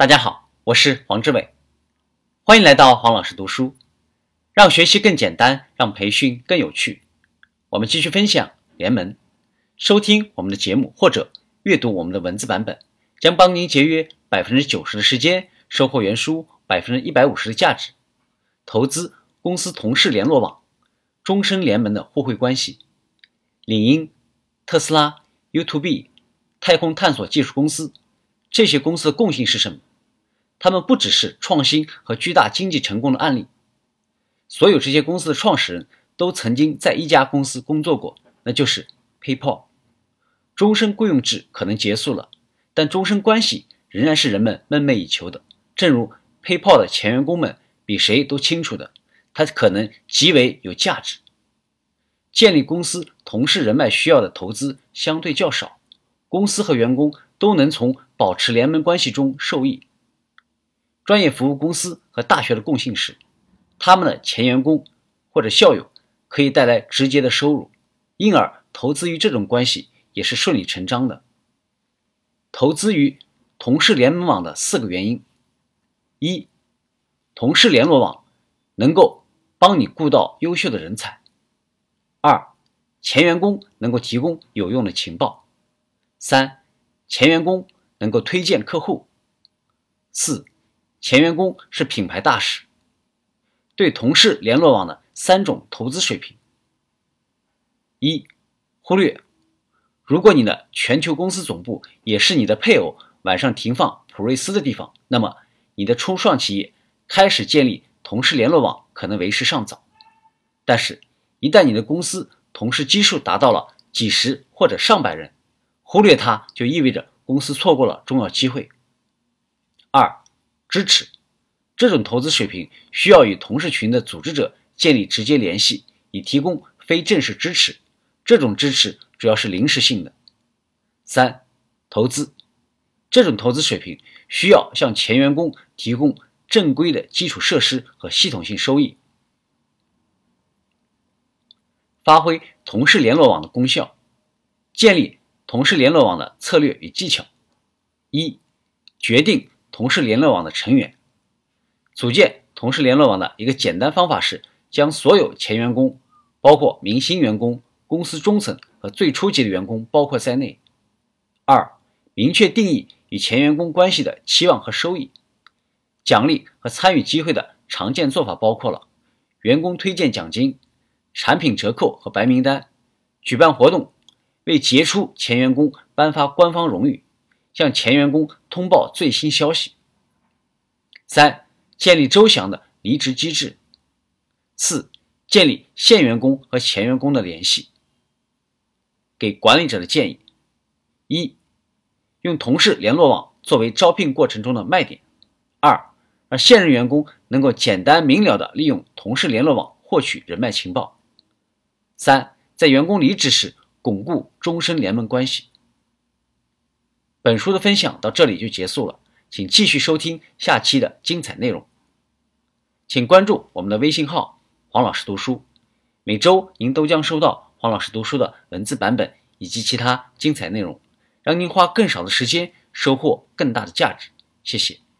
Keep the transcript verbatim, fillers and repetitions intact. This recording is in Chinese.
大家好，我是黄志伟，欢迎来到黄老师读书，让学习更简单，让培训更有趣。我们继续分享联盟，收听我们的节目或者阅读我们的文字版本，将帮您节约 百分之九十 的时间，收获原书 百分之一百五十 的价值。投资公司同事联络网，终身联盟的互惠关系。领英、特斯拉、YouTube、太空探索技术公司，这些公司的共性是什么？他们不只是创新和巨大经济成功的案例，所有这些公司的创始人都曾经在一家公司工作过，那就是 PayPal。 终身雇佣制可能结束了，但终身关系仍然是人们梦寐以求的。正如 PayPal 的前员工们比谁都清楚的，它可能极为有价值。建立公司同事人脉需要的投资相对较少，公司和员工都能从保持联盟关系中受益。专业服务公司和大学的共性是，他们的前员工或者校友可以带来直接的收入，因而投资于这种关系也是顺理成章的。投资于同事联盟网的四个原因：一、同事联络网能够帮你雇到优秀的人才；二、前员工能够提供有用的情报；三、前员工能够推荐客户；四、前员工是品牌大使。对同事联络网的三种投资水平：一、忽略。如果你的全球公司总部也是你的配偶晚上停放普锐斯的地方，那么你的初创企业开始建立同事联络网可能为时尚早。但是一旦你的公司同事基数达到了几十或者上百人，忽略它就意味着公司错过了重要机会。二、支持。这种投资水平需要与同事群的组织者建立直接联系，以提供非正式支持，这种支持主要是临时性的。三、投资。这种投资水平需要向前员工提供正规的基础设施和系统性收益。发挥同事联络网的功效，建立同事联络网的策略与技巧。一、决定同事联络网的成员。组建同事联络网的一个简单方法是将所有前员工，包括明星员工、公司中层和最初级的员工包括在内。二、明确定义与前员工关系的期望和收益。奖励和参与机会的常见做法包括了员工推荐奖金、产品折扣和白名单，举办活动，为杰出前员工颁发官方荣誉，向前员工通报最新消息。三、建立周详的离职机制。四、建立现员工和前员工的联系。给管理者的建议：一、用同事联络网作为招聘过程中的卖点；二、让现任员工能够简单明了地利用同事联络网获取人脉情报；三、在员工离职时巩固终身联盟关系。本书的分享到这里就结束了，请继续收听下期的精彩内容。请关注我们的微信号黄老师读书，每周您都将收到黄老师读书的文字版本以及其他精彩内容，让您花更少的时间收获更大的价值。谢谢。